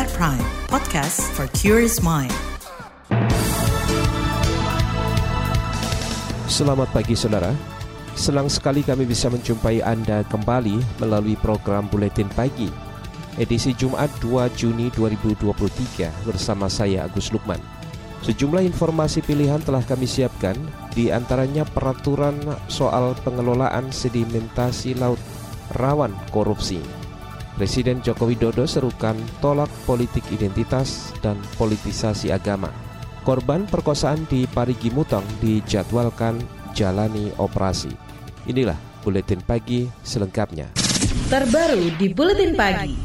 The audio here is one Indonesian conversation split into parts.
KBR Prime, podcast for curious mind. Selamat pagi saudara. Senang sekali kami bisa menjumpai Anda kembali melalui program Buletin Pagi edisi Jumat 2 Juni 2023 bersama saya Agus Lukman. Sejumlah informasi pilihan telah kami siapkan, di antaranya peraturan soal pengelolaan sedimentasi laut rawan korupsi. Presiden Joko Widodo serukan tolak politik identitas dan politisasi agama. Korban perkosaan di Parigi Mutong dijadwalkan jalani operasi. Inilah Buletin Pagi selengkapnya. Terbaru di Buletin Pagi.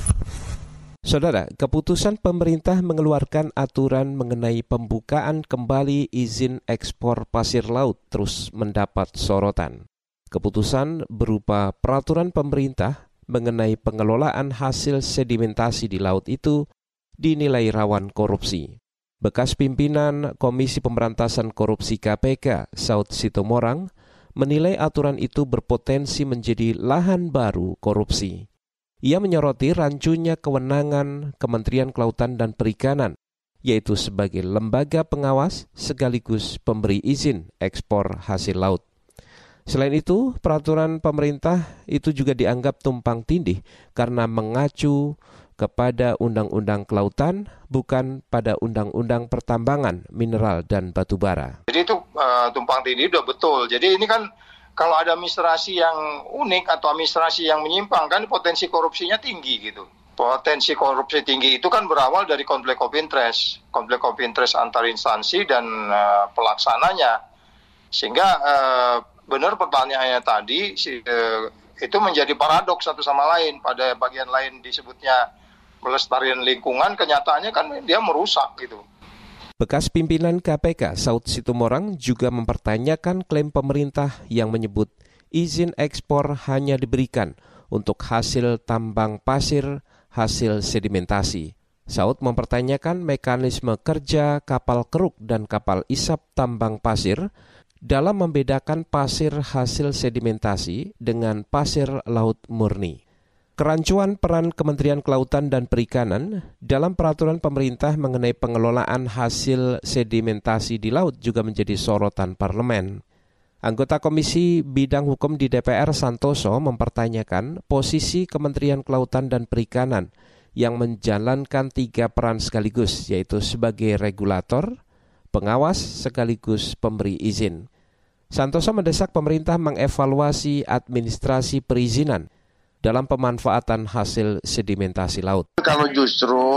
Saudara, keputusan pemerintah mengeluarkan aturan mengenai pembukaan kembali izin ekspor pasir laut terus mendapat sorotan. Keputusan berupa peraturan pemerintah mengenai pengelolaan hasil sedimentasi di laut itu dinilai rawan korupsi. Bekas pimpinan Komisi Pemberantasan Korupsi KPK, Saud Sitomorang, menilai aturan itu berpotensi menjadi lahan baru korupsi. Ia menyoroti rancunya kewenangan Kementerian Kelautan dan Perikanan, yaitu sebagai lembaga pengawas sekaligus pemberi izin ekspor hasil laut. Selain itu, peraturan pemerintah itu juga dianggap tumpang tindih karena mengacu kepada Undang-Undang Kelautan, bukan pada Undang-Undang Pertambangan, Mineral, dan Batubara. Jadi itu tumpang tindih udah betul. Jadi ini kan kalau ada administrasi yang unik atau administrasi yang menyimpang, kan potensi korupsinya tinggi gitu. Potensi korupsi tinggi itu kan berawal dari konflik of interest antar instansi dan pelaksananya. Sehingga benar pertanyaannya tadi itu menjadi paradoks satu sama lain. Pada bagian lain disebutnya pelestarian lingkungan, kenyataannya kan dia merusak gitu. Bekas pimpinan KPK, Saud Sitomorang, juga mempertanyakan klaim pemerintah yang menyebut izin ekspor hanya diberikan untuk hasil tambang pasir, hasil sedimentasi. Saud mempertanyakan mekanisme kerja kapal keruk dan kapal isap tambang pasir dalam membedakan pasir hasil sedimentasi dengan pasir laut murni. Kerancuan peran Kementerian Kelautan dan Perikanan dalam peraturan pemerintah mengenai pengelolaan hasil sedimentasi di laut juga menjadi sorotan parlemen. Anggota Komisi Bidang Hukum di DPR Santoso mempertanyakan posisi Kementerian Kelautan dan Perikanan yang menjalankan 3 peran sekaligus, yaitu sebagai regulator, pengawas, sekaligus pemberi izin. Santoso mendesak pemerintah mengevaluasi administrasi perizinan dalam pemanfaatan hasil sedimentasi laut. Kalau justru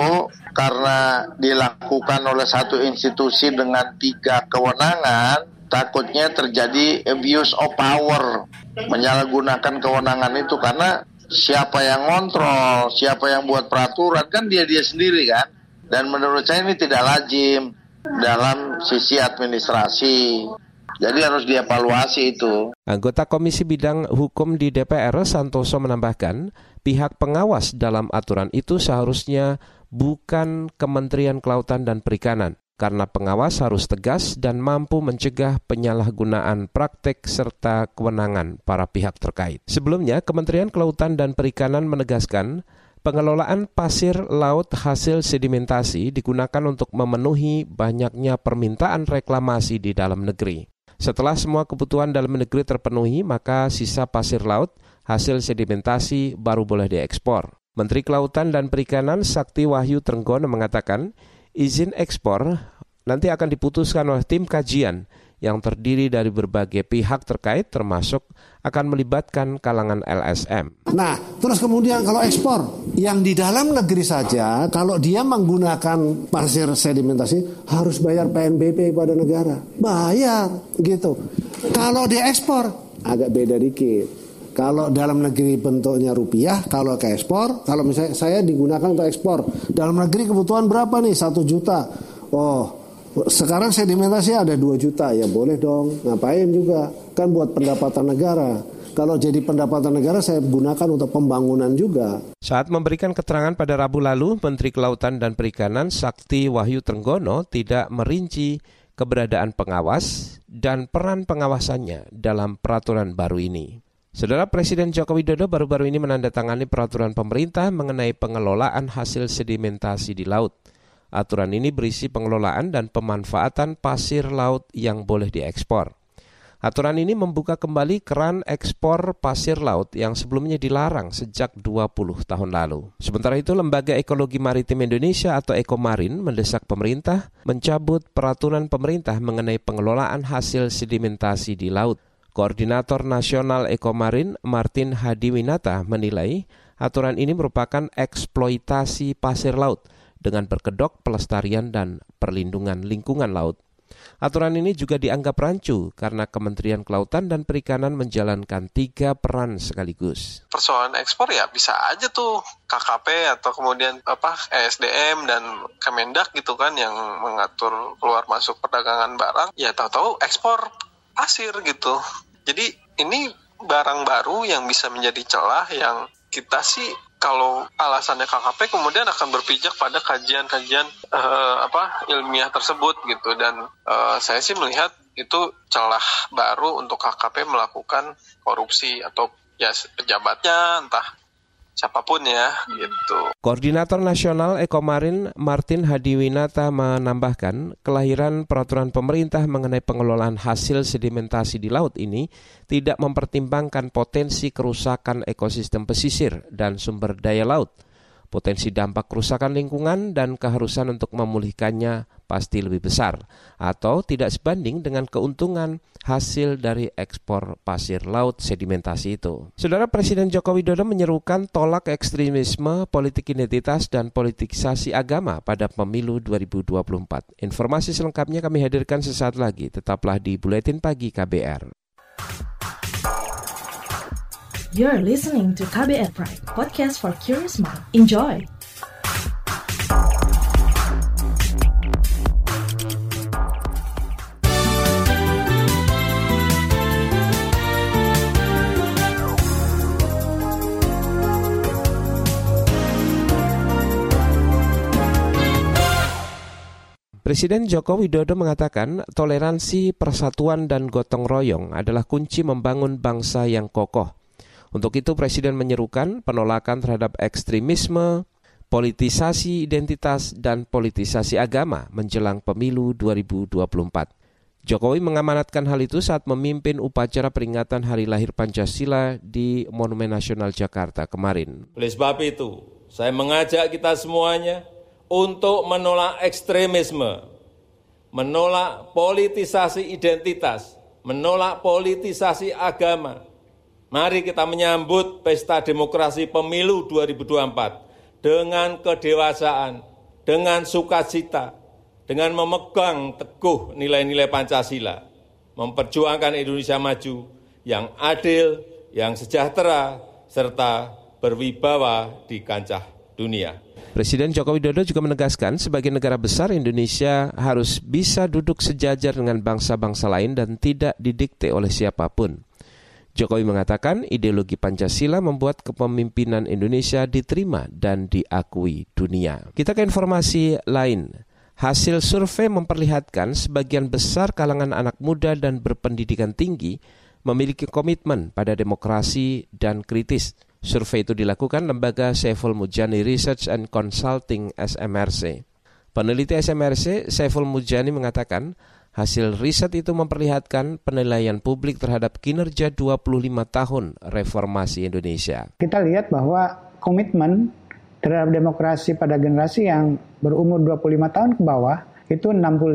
karena dilakukan oleh satu institusi dengan 3 kewenangan, takutnya terjadi abuse of power, menyalahgunakan kewenangan itu, karena siapa yang ngontrol, siapa yang buat peraturan, kan dia sendiri kan. Dan menurut saya ini tidak lazim dalam sisi administrasi. Jadi harus dievaluasi itu. Anggota Komisi Bidang Hukum di DPR, Santoso, menambahkan pihak pengawas dalam aturan itu seharusnya bukan Kementerian Kelautan dan Perikanan, karena pengawas harus tegas dan mampu mencegah penyalahgunaan praktek serta kewenangan para pihak terkait. Sebelumnya, Kementerian Kelautan dan Perikanan menegaskan pengelolaan pasir laut hasil sedimentasi digunakan untuk memenuhi banyaknya permintaan reklamasi di dalam negeri. Setelah semua kebutuhan dalam negeri terpenuhi, maka sisa pasir laut hasil sedimentasi baru boleh diekspor. Menteri Kelautan dan Perikanan Sakti Wahyu Trenggono mengatakan izin ekspor nanti akan diputuskan oleh tim kajian yang terdiri dari berbagai pihak terkait, termasuk akan melibatkan kalangan LSM. Nah, terus kemudian kalau ekspor yang di dalam negeri saja, kalau dia menggunakan pasir sedimentasi harus bayar PNBP pada negara, bayar gitu. Kalau dia ekspor agak beda dikit. Kalau dalam negeri bentuknya rupiah, kalau ke ekspor, kalau misalnya saya digunakan untuk ekspor, dalam negeri kebutuhan berapa nih? 1 juta. Oh, sekarang sedimentasi ada 2 juta, ya boleh dong, ngapain juga, kan buat pendapatan negara. Kalau jadi pendapatan negara saya gunakan untuk pembangunan juga. Saat memberikan keterangan pada Rabu lalu, Menteri Kelautan dan Perikanan Sakti Wahyu Trenggono tidak merinci keberadaan pengawas dan peran pengawasannya dalam peraturan baru ini. Saudara, Presiden Joko Widodo baru-baru ini menandatangani peraturan pemerintah mengenai pengelolaan hasil sedimentasi di laut. Aturan ini berisi pengelolaan dan pemanfaatan pasir laut yang boleh diekspor. Aturan ini membuka kembali keran ekspor pasir laut yang sebelumnya dilarang sejak 20 tahun lalu. Sementara itu, Lembaga Ekologi Maritim Indonesia atau Ekomarin mendesak pemerintah mencabut peraturan pemerintah mengenai pengelolaan hasil sedimentasi di laut. Koordinator Nasional Ekomarin Martin Hadiwinata menilai aturan ini merupakan eksploitasi pasir laut dengan berkedok pelestarian dan perlindungan lingkungan laut. Aturan ini juga dianggap rancu karena Kementerian Kelautan dan Perikanan menjalankan 3 peran sekaligus. Persoalan ekspor ya bisa aja tuh KKP atau kemudian ESDM dan Kemendak gitu kan yang mengatur keluar masuk perdagangan barang. Ya tahu-tahu ekspor pasir gitu. Jadi ini barang baru yang bisa menjadi celah yang kita sih kalau alasannya KKP kemudian akan berpijak pada kajian-kajian ilmiah tersebut gitu, dan saya sih melihat itu celah baru untuk KKP melakukan korupsi atau ya pejabatnya entah siapapun ya gitu. Koordinator Nasional Ekomarin Martin Hadiwinata menambahkan kelahiran peraturan pemerintah mengenai pengelolaan hasil sedimentasi di laut ini tidak mempertimbangkan potensi kerusakan ekosistem pesisir dan sumber daya laut. Potensi dampak kerusakan lingkungan dan keharusan untuk memulihkannya pasti lebih besar atau tidak sebanding dengan keuntungan hasil dari ekspor pasir laut sedimentasi itu. Saudara, Presiden Joko Widodo menyerukan tolak ekstremisme, politik identitas, dan politisasi agama pada pemilu 2024. Informasi selengkapnya kami hadirkan sesaat lagi. Tetaplah di Buletin Pagi KBR. You're listening to KBR Pride, podcast for curious mind. Enjoy! Presiden Joko Widodo mengatakan toleransi, persatuan, dan gotong royong adalah kunci membangun bangsa yang kokoh. Untuk itu, Presiden menyerukan penolakan terhadap ekstremisme, politisasi identitas, dan politisasi agama menjelang pemilu 2024. Jokowi mengamanatkan hal itu saat memimpin upacara peringatan Hari Lahir Pancasila di Monumen Nasional Jakarta kemarin. Oleh sebab itu, saya mengajak kita semuanya untuk menolak ekstremisme, menolak politisasi identitas, menolak politisasi agama. Mari kita menyambut pesta demokrasi pemilu 2024 dengan kedewasaan, dengan sukacita, dengan memegang teguh nilai-nilai Pancasila, memperjuangkan Indonesia maju yang adil, yang sejahtera, serta berwibawa di kancah dunia. Presiden Joko Widodo juga menegaskan sebagai negara besar Indonesia harus bisa duduk sejajar dengan bangsa-bangsa lain dan tidak didikte oleh siapapun. Jokowi mengatakan ideologi Pancasila membuat kepemimpinan Indonesia diterima dan diakui dunia. Kita ke informasi lain. Hasil survei memperlihatkan sebagian besar kalangan anak muda dan berpendidikan tinggi memiliki komitmen pada demokrasi dan kritis. Survei itu dilakukan lembaga Saiful Mujani Research and Consulting SMRC. Peneliti SMRC, Saiful Mujani mengatakan hasil riset itu memperlihatkan penilaian publik terhadap kinerja 25 tahun reformasi Indonesia. Kita lihat bahwa komitmen terhadap demokrasi pada generasi yang berumur 25 tahun ke bawah itu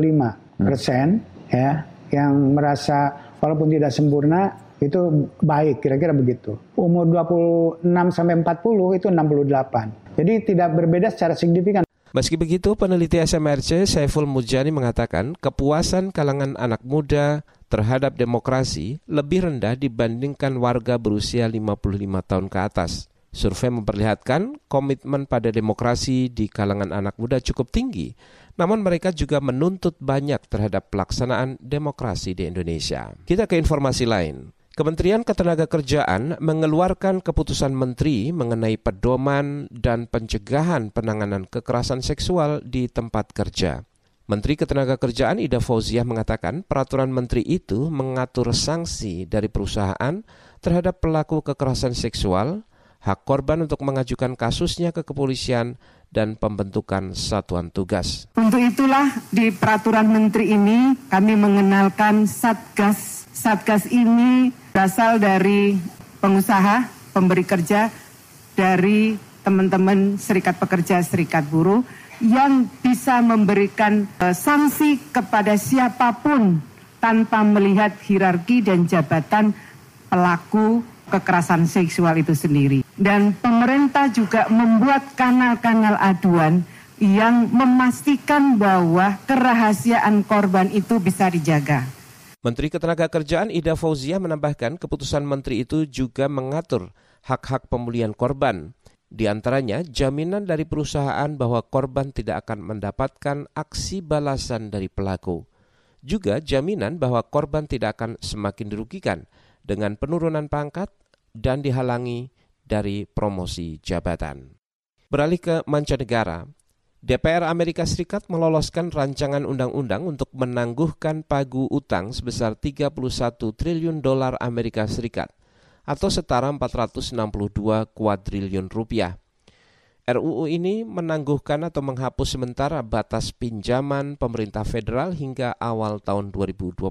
65% ya, yang merasa walaupun tidak sempurna itu baik, kira-kira begitu. Umur 26 sampai 40 itu 68. Jadi tidak berbeda secara signifikan. Meski begitu, peneliti SMRC Saiful Mujani mengatakan kepuasan kalangan anak muda terhadap demokrasi lebih rendah dibandingkan warga berusia 55 tahun ke atas. Survei memperlihatkan komitmen pada demokrasi di kalangan anak muda cukup tinggi, namun mereka juga menuntut banyak terhadap pelaksanaan demokrasi di Indonesia. Kita ke informasi lain. Kementerian Ketenagakerjaan mengeluarkan keputusan menteri mengenai pedoman dan pencegahan penanganan kekerasan seksual di tempat kerja. Menteri Ketenagakerjaan Ida Fauziah mengatakan peraturan menteri itu mengatur sanksi dari perusahaan terhadap pelaku kekerasan seksual, hak korban untuk mengajukan kasusnya ke kepolisian, dan pembentukan satuan tugas. Untuk itulah di peraturan menteri ini kami mengenalkan Satgas. Satgas ini berasal dari pengusaha, pemberi kerja, dari teman-teman serikat pekerja, serikat buruh, yang bisa memberikan sanksi kepada siapapun tanpa melihat hierarki dan jabatan pelaku kekerasan seksual itu sendiri. Dan pemerintah juga membuat kanal-kanal aduan yang memastikan bahwa kerahasiaan korban itu bisa dijaga. Menteri Ketenagakerjaan Ida Fauziah menambahkan keputusan menteri itu juga mengatur hak-hak pemulihan korban. Di antaranya jaminan dari perusahaan bahwa korban tidak akan mendapatkan aksi balasan dari pelaku. Juga jaminan bahwa korban tidak akan semakin dirugikan dengan penurunan pangkat dan dihalangi dari promosi jabatan. Beralih ke mancanegara, DPR Amerika Serikat meloloskan rancangan undang-undang untuk menangguhkan pagu utang sebesar 31 triliun dolar Amerika Serikat atau setara 462 kuadriliun rupiah. RUU ini menangguhkan atau menghapus sementara batas pinjaman pemerintah federal hingga awal tahun 2025.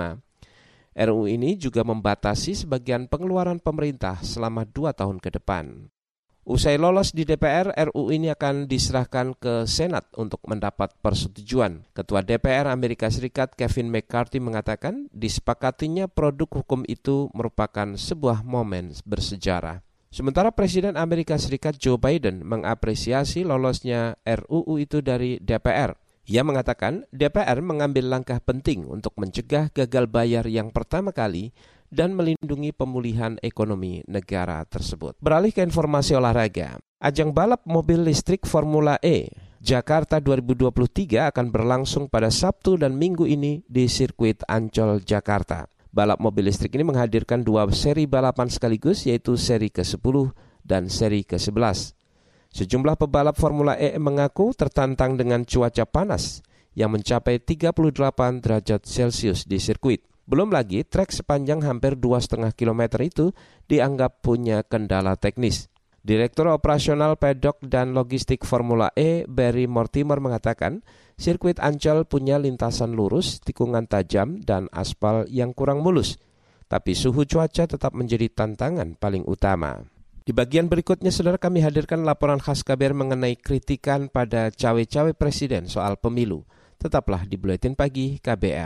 RUU ini juga membatasi sebagian pengeluaran pemerintah selama 2 tahun ke depan. Usai lolos di DPR, RUU ini akan diserahkan ke Senat untuk mendapat persetujuan. Ketua DPR Amerika Serikat Kevin McCarthy mengatakan disepakatinya produk hukum itu merupakan sebuah momen bersejarah. Sementara Presiden Amerika Serikat Joe Biden mengapresiasi lolosnya RUU itu dari DPR. Ia mengatakan DPR mengambil langkah penting untuk mencegah gagal bayar yang pertama kali dan melindungi pemulihan ekonomi negara tersebut. Beralih ke informasi olahraga. Ajang balap mobil listrik Formula E Jakarta 2023 akan berlangsung pada Sabtu dan Minggu ini di sirkuit Ancol, Jakarta. Balap mobil listrik ini menghadirkan 2 seri balapan sekaligus, yaitu seri ke-10 dan seri ke-11. Sejumlah pebalap Formula E mengaku tertantang dengan cuaca panas yang mencapai 38 derajat Celcius di sirkuit. Belum lagi trek sepanjang hampir 2,5 km itu dianggap punya kendala teknis. Direktur Operasional Pedok dan Logistik Formula E, Barry Mortimer mengatakan, sirkuit Ancol punya lintasan lurus, tikungan tajam, dan aspal yang kurang mulus. Tapi suhu cuaca tetap menjadi tantangan paling utama. Di bagian berikutnya, saudara, kami hadirkan laporan khas KBR mengenai kritikan pada cawe-cawe presiden soal pemilu. Tetaplah di Buletin Pagi KBR.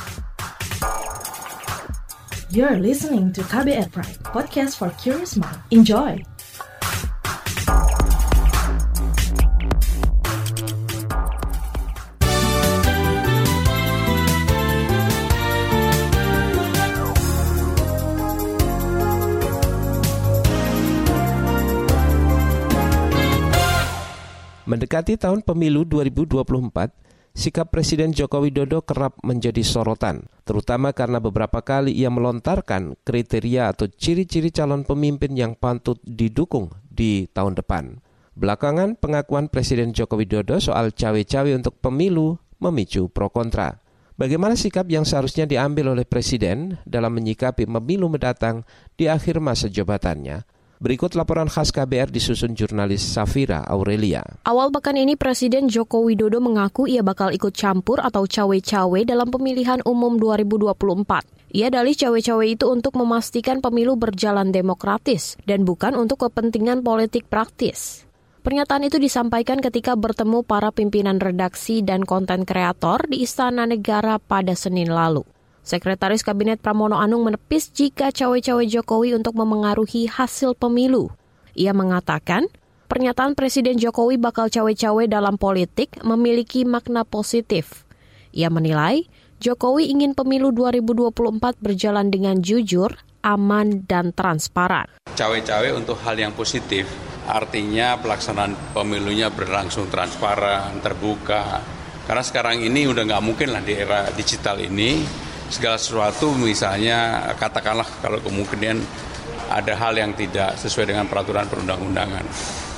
You're listening to KBR Pride, podcast for curious mind. Enjoy! Mendekati tahun pemilu 2024, sikap Presiden Joko Widodo kerap menjadi sorotan, terutama karena beberapa kali ia melontarkan kriteria atau ciri-ciri calon pemimpin yang patut didukung di tahun depan. Belakangan, pengakuan Presiden Joko Widodo soal cawe-cawe untuk pemilu memicu pro kontra. Bagaimana sikap yang seharusnya diambil oleh Presiden dalam menyikapi pemilu mendatang di akhir masa jabatannya? Berikut laporan khas KBR disusun jurnalis Safira Aurelia. Awal pekan ini Presiden Joko Widodo mengaku ia bakal ikut campur atau cawe-cawe dalam pemilihan umum 2024. Ia dalih cawe-cawe itu untuk memastikan pemilu berjalan demokratis dan bukan untuk kepentingan politik praktis. Pernyataan itu disampaikan ketika bertemu para pimpinan redaksi dan konten kreator di Istana Negara pada Senin lalu. Sekretaris Kabinet Pramono Anung menepis jika cawe-cawe Jokowi untuk memengaruhi hasil pemilu. Ia mengatakan, pernyataan Presiden Jokowi bakal cawe-cawe dalam politik memiliki makna positif. Ia menilai, Jokowi ingin pemilu 2024 berjalan dengan jujur, aman, dan transparan. Cawe-cawe untuk hal yang positif, artinya pelaksanaan pemilunya berlangsung transparan, terbuka. Karena sekarang ini udah nggak mungkin lah di era digital ini, segala sesuatu misalnya katakanlah kalau kemungkinan ada hal yang tidak sesuai dengan peraturan perundang-undangan.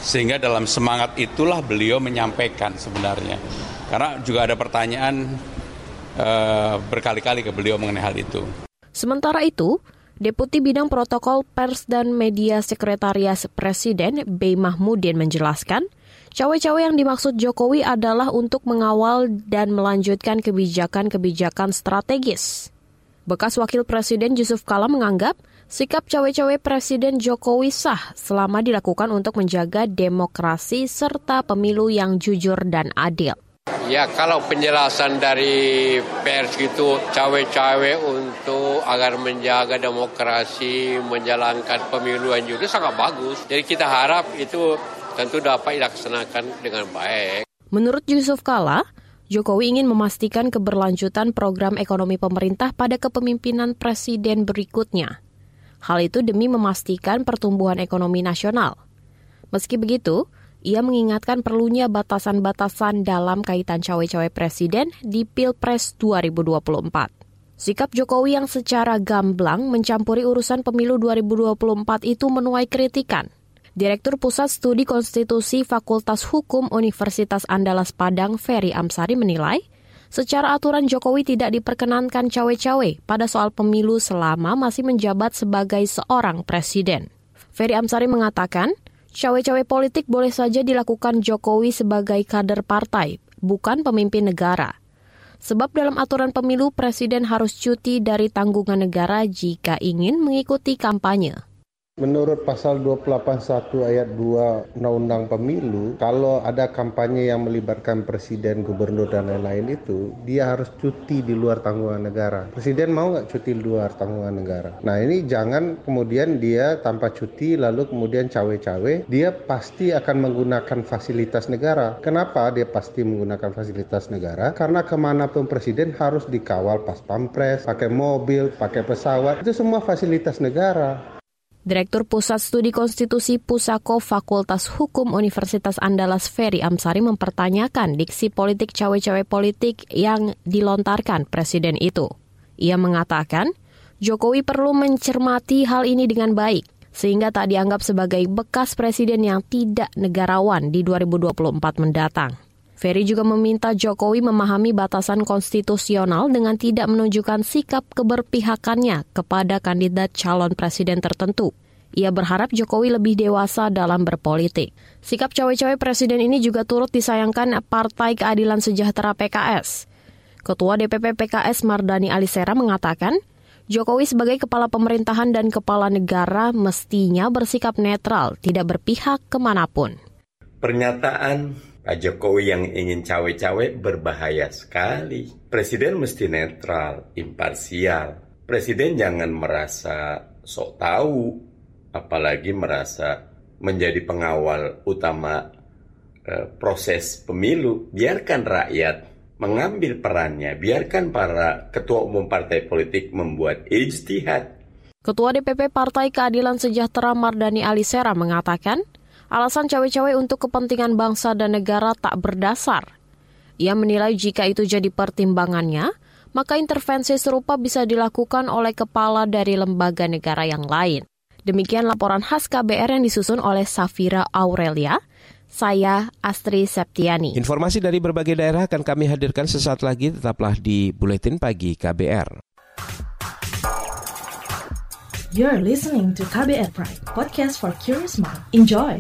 Sehingga dalam semangat itulah beliau menyampaikan sebenarnya. Karena juga ada pertanyaan berkali-kali ke beliau mengenai hal itu. Sementara itu, Deputi Bidang Protokol Pers dan Media Sekretariat Presiden B. Mahmudin menjelaskan, cawe-cawe yang dimaksud Jokowi adalah untuk mengawal dan melanjutkan kebijakan-kebijakan strategis. Bekas Wakil Presiden Yusuf Kala menganggap sikap cawe-cawe Presiden Jokowi sah selama dilakukan untuk menjaga demokrasi serta pemilu yang jujur dan adil. Ya, kalau penjelasan dari pers gitu, cawe-cawe untuk agar menjaga demokrasi, menjalankan pemilu yang jujur sangat bagus. Jadi kita harap itu tentu dapat dilaksanakan dengan baik. Menurut Yusuf Kala, Jokowi ingin memastikan keberlanjutan program ekonomi pemerintah pada kepemimpinan presiden berikutnya. Hal itu demi memastikan pertumbuhan ekonomi nasional. Meski begitu, ia mengingatkan perlunya batasan-batasan dalam kaitan cawe-cawe presiden di Pilpres 2024. Sikap Jokowi yang secara gamblang mencampuri urusan pemilu 2024 itu menuai kritikan. Direktur Pusat Studi Konstitusi Fakultas Hukum Universitas Andalas Padang, Ferry Amsari menilai, secara aturan Jokowi tidak diperkenankan cawe-cawe pada soal pemilu selama masih menjabat sebagai seorang presiden. Ferry Amsari mengatakan, cawe-cawe politik boleh saja dilakukan Jokowi sebagai kader partai, bukan pemimpin negara. Sebab dalam aturan pemilu, presiden harus cuti dari tanggungan negara jika ingin mengikuti kampanye. Menurut pasal 281 ayat 2 Undang-Undang Pemilu, kalau ada kampanye yang melibatkan presiden, gubernur, dan lain-lain itu, dia harus cuti di luar tanggungan negara. Presiden mau nggak cuti di luar tanggungan negara? Nah ini jangan kemudian dia tanpa cuti lalu kemudian cawe-cawe, dia pasti akan menggunakan fasilitas negara. Kenapa dia pasti menggunakan fasilitas negara? Karena kemanapun presiden harus dikawal pas pampres, pakai mobil, pakai pesawat, itu semua fasilitas negara. Direktur Pusat Studi Konstitusi Pusako Fakultas Hukum Universitas Andalas Ferry Amsari mempertanyakan diksi politik cawe-cawe politik yang dilontarkan presiden itu. Ia mengatakan, Jokowi perlu mencermati hal ini dengan baik, sehingga tak dianggap sebagai bekas presiden yang tidak negarawan di 2024 mendatang. Ferry juga meminta Jokowi memahami batasan konstitusional dengan tidak menunjukkan sikap keberpihakannya kepada kandidat calon presiden tertentu. Ia berharap Jokowi lebih dewasa dalam berpolitik. Sikap cawe-cawe presiden ini juga turut disayangkan Partai Keadilan Sejahtera PKS. Ketua DPP PKS Mardani Alisera mengatakan, Jokowi sebagai kepala pemerintahan dan kepala negara mestinya bersikap netral, tidak berpihak kemanapun. Pernyataan Pak Jokowi yang ingin cawe-cawe berbahaya sekali. Presiden mesti netral, imparsial. Presiden jangan merasa sok tahu, apalagi merasa menjadi pengawal utama proses pemilu. Biarkan rakyat mengambil perannya, biarkan para ketua umum partai politik membuat ijtihad. Ketua DPP Partai Keadilan Sejahtera Mardani Alisera mengatakan, alasan cawe-cawe untuk kepentingan bangsa dan negara tak berdasar. Ia menilai jika itu jadi pertimbangannya, maka intervensi serupa bisa dilakukan oleh kepala dari lembaga negara yang lain. Demikian laporan khas KBR yang disusun oleh Safira Aurelia. Saya Astri Septiani. Informasi dari berbagai daerah akan kami hadirkan sesaat lagi, tetaplah di Buletin Pagi KBR. You're listening to KBR Pride, podcast for curious mind. Enjoy!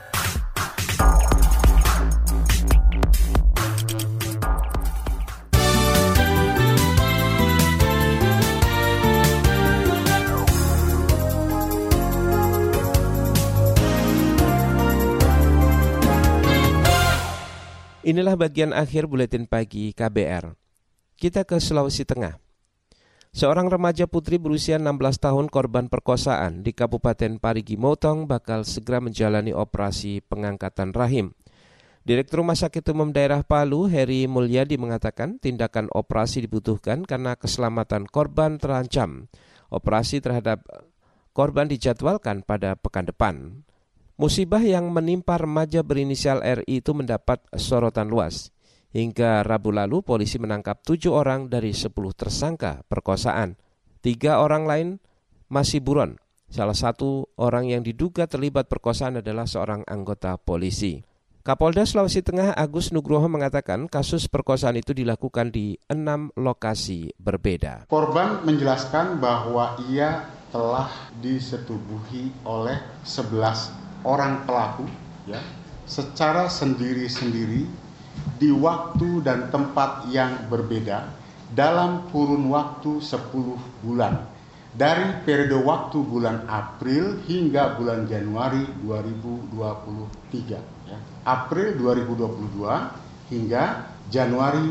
Inilah bagian akhir Buletin Pagi KBR. Kita ke Sulawesi Tengah. Seorang remaja putri berusia 16 tahun korban perkosaan di Kabupaten Parigi Motong bakal segera menjalani operasi pengangkatan rahim. Direktur Rumah Sakit Umum Daerah Palu, Heri Mulyadi, mengatakan tindakan operasi dibutuhkan karena keselamatan korban terancam. Operasi terhadap korban dijadwalkan pada pekan depan. Musibah yang menimpa remaja berinisial RI itu mendapat sorotan luas. Hingga Rabu lalu, polisi menangkap 7 orang dari 10 tersangka perkosaan. 3 orang lain masih buron. Salah satu orang yang diduga terlibat perkosaan adalah seorang anggota polisi. Kapolda Sulawesi Tengah Agus Nugroho mengatakan kasus perkosaan itu dilakukan di 6 lokasi berbeda. Korban menjelaskan bahwa ia telah disetubuhi oleh 11 orang pelaku secara sendiri-sendiri di waktu dan tempat yang berbeda dalam kurun waktu 10 bulan dari periode waktu bulan April hingga bulan Januari 2023 April 2022 hingga Januari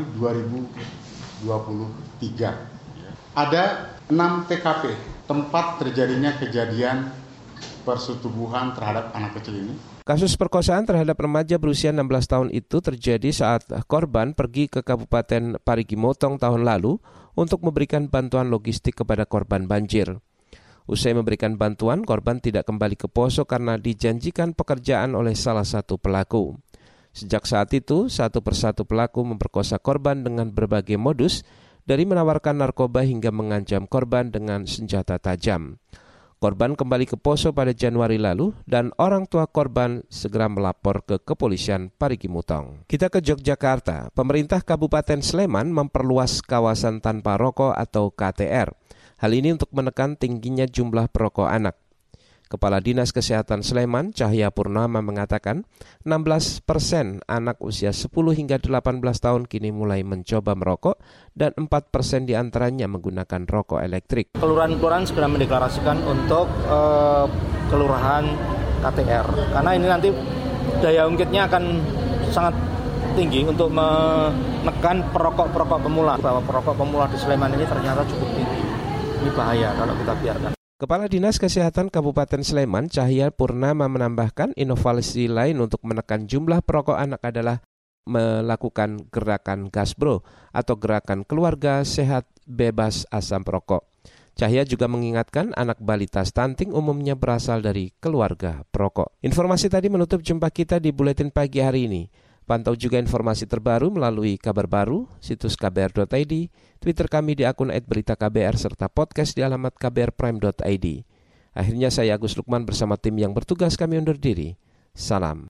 2023. Ada 6 TKP tempat terjadinya kejadian persetubuhan terhadap anak kecil ini. Kasus perkosaan terhadap remaja berusia 16 tahun itu terjadi saat korban pergi ke Kabupaten Parigi Motong tahun lalu untuk memberikan bantuan logistik kepada korban banjir. Usai memberikan bantuan, korban tidak kembali ke poso karena dijanjikan pekerjaan oleh salah satu pelaku. Sejak saat itu, satu persatu pelaku memperkosa korban dengan berbagai modus, dari menawarkan narkoba hingga mengancam korban dengan senjata tajam. Korban kembali ke poso pada Januari lalu dan orang tua korban segera melapor ke Kepolisian Parigi Motong. Kita ke Yogyakarta. Pemerintah Kabupaten Sleman memperluas kawasan tanpa rokok atau KTR. Hal ini untuk menekan tingginya jumlah perokok anak. Kepala Dinas Kesehatan Sleman, Cahya Purnama mengatakan 16% anak usia 10 hingga 18 tahun kini mulai mencoba merokok dan 4% diantaranya menggunakan rokok elektrik. Kelurahan-kelurahan segera mendeklarasikan untuk kelurahan KTR karena ini nanti daya ungkitnya akan sangat tinggi untuk menekan perokok-perokok pemula. Bahwa perokok pemula di Sleman ini ternyata cukup tinggi. Ini bahaya kalau kita biarkan. Kepala Dinas Kesehatan Kabupaten Sleman, Cahya Purnama menambahkan inovasi lain untuk menekan jumlah perokok anak adalah melakukan gerakan Gasbro atau gerakan keluarga sehat bebas asam perokok. Cahya juga mengingatkan anak balita stunting umumnya berasal dari keluarga perokok. Informasi tadi menutup jumpa kita di Buletin Pagi hari ini. Pantau juga informasi terbaru melalui Kabar Baru, situs kbr.id, Twitter kami di akun @beritaKBR, serta podcast di alamat kbrprime.id. Akhirnya saya Agus Lukman bersama tim yang bertugas kami undur diri. Salam.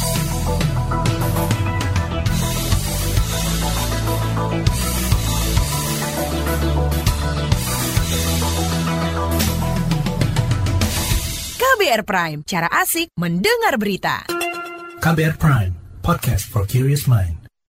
KBR Prime, cara asik mendengar berita. KBR Prime, podcast for curious mind.